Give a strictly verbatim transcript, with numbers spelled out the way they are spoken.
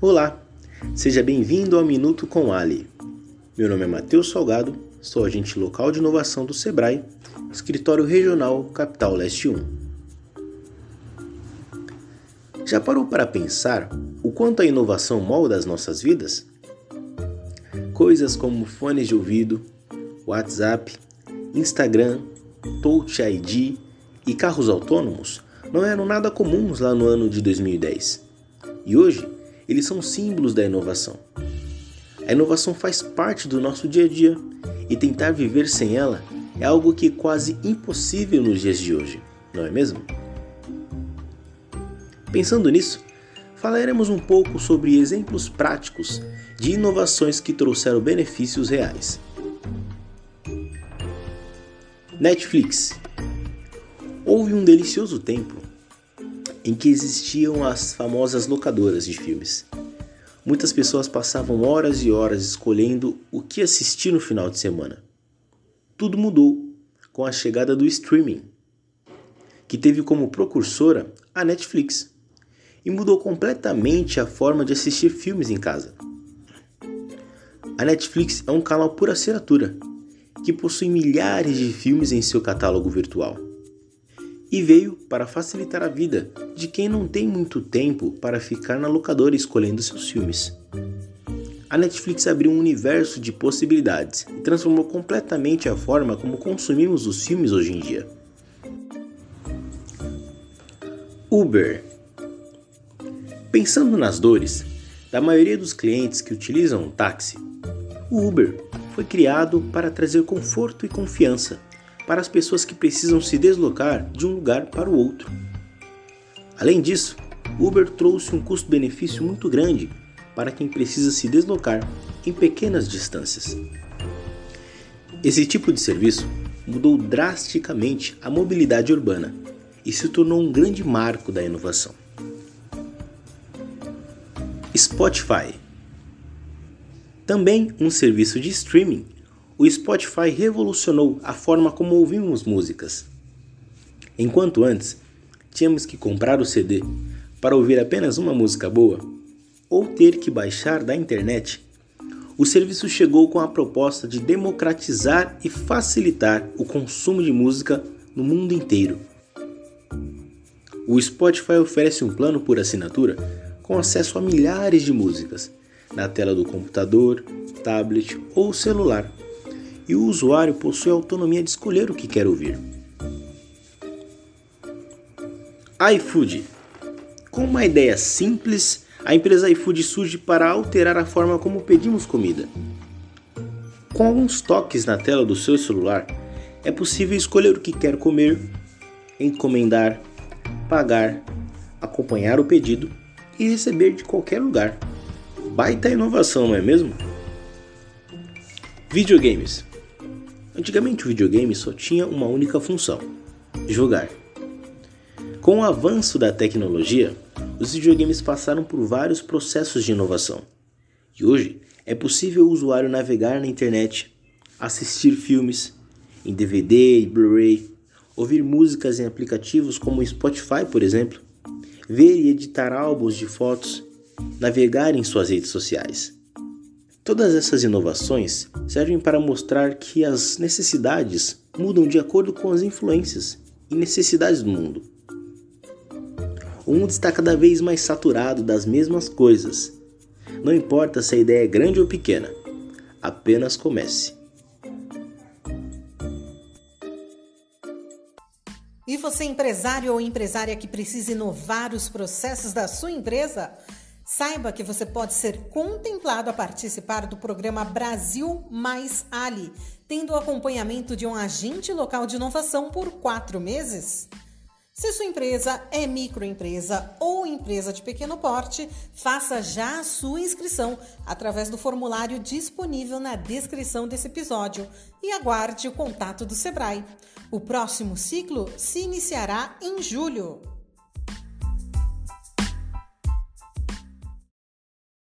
Olá, seja bem-vindo ao Minuto com Ali. Meu nome é Matheus Salgado, sou agente local de inovação do Sebrae, escritório regional Capital Leste um. Já parou para pensar o quanto a inovação molda as nossas vidas? Coisas como fones de ouvido, WhatsApp, Instagram, Touch I D e carros autônomos não eram nada comuns lá no ano de dois mil e dez. E hoje, eles são símbolos da inovação. A inovação faz parte do nosso dia a dia e tentar viver sem ela é algo que é quase impossível nos dias de hoje, não é mesmo? Pensando nisso, falaremos um pouco sobre exemplos práticos de inovações que trouxeram benefícios reais. Netflix. Houve um delicioso tempo em que existiam as famosas locadoras de filmes. Muitas pessoas passavam horas e horas escolhendo o que assistir no final de semana. Tudo mudou com a chegada do streaming, que teve como precursora a Netflix, e mudou completamente a forma de assistir filmes em casa. A Netflix é um canal por assinatura, que possui milhares de filmes em seu catálogo virtual. E veio para facilitar a vida de quem não tem muito tempo para ficar na locadora escolhendo seus filmes. A Netflix abriu um universo de possibilidades e transformou completamente a forma como consumimos os filmes hoje em dia. Uber. Pensando nas dores da maioria dos clientes que utilizam um táxi, o Uber foi criado para trazer conforto e confiança para as pessoas que precisam se deslocar de um lugar para o outro. Além disso, Uber trouxe um custo-benefício muito grande para quem precisa se deslocar em pequenas distâncias. Esse tipo de serviço mudou drasticamente a mobilidade urbana e se tornou um grande marco da inovação. Spotify. Também um serviço de streaming, o Spotify revolucionou a forma como ouvimos músicas. Enquanto antes tínhamos que comprar o C D para ouvir apenas uma música boa, ou ter que baixar da internet, o serviço chegou com a proposta de democratizar e facilitar o consumo de música no mundo inteiro. O Spotify oferece um plano por assinatura com acesso a milhares de músicas na tela do computador, tablet ou celular, e o usuário possui a autonomia de escolher o que quer ouvir. iFood. Com uma ideia simples, a empresa iFood surge para alterar a forma como pedimos comida. Com alguns toques na tela do seu celular, é possível escolher o que quer comer, encomendar, pagar, acompanhar o pedido e receber de qualquer lugar. Baita inovação, não é mesmo? Videogames. Antigamente o videogame só tinha uma única função: jogar. Com o avanço da tecnologia, os videogames passaram por vários processos de inovação. E hoje é possível o usuário navegar na internet, assistir filmes em D V D e Blu-ray, ouvir músicas em aplicativos como o Spotify, por exemplo, ver e editar álbuns de fotos, navegar em suas redes sociais. Todas essas inovações servem para mostrar que as necessidades mudam de acordo com as influências e necessidades do mundo. O mundo está cada vez mais saturado das mesmas coisas. Não importa se a ideia é grande ou pequena, apenas comece. E você, empresário ou empresária que precisa inovar os processos da sua empresa? Saiba que você pode ser contemplado a participar do programa Brasil Mais Ali, tendo o acompanhamento de um agente local de inovação por quatro meses. Se sua empresa é microempresa ou empresa de pequeno porte, faça já a sua inscrição através do formulário disponível na descrição desse episódio e aguarde o contato do Sebrae. O próximo ciclo se iniciará em julho.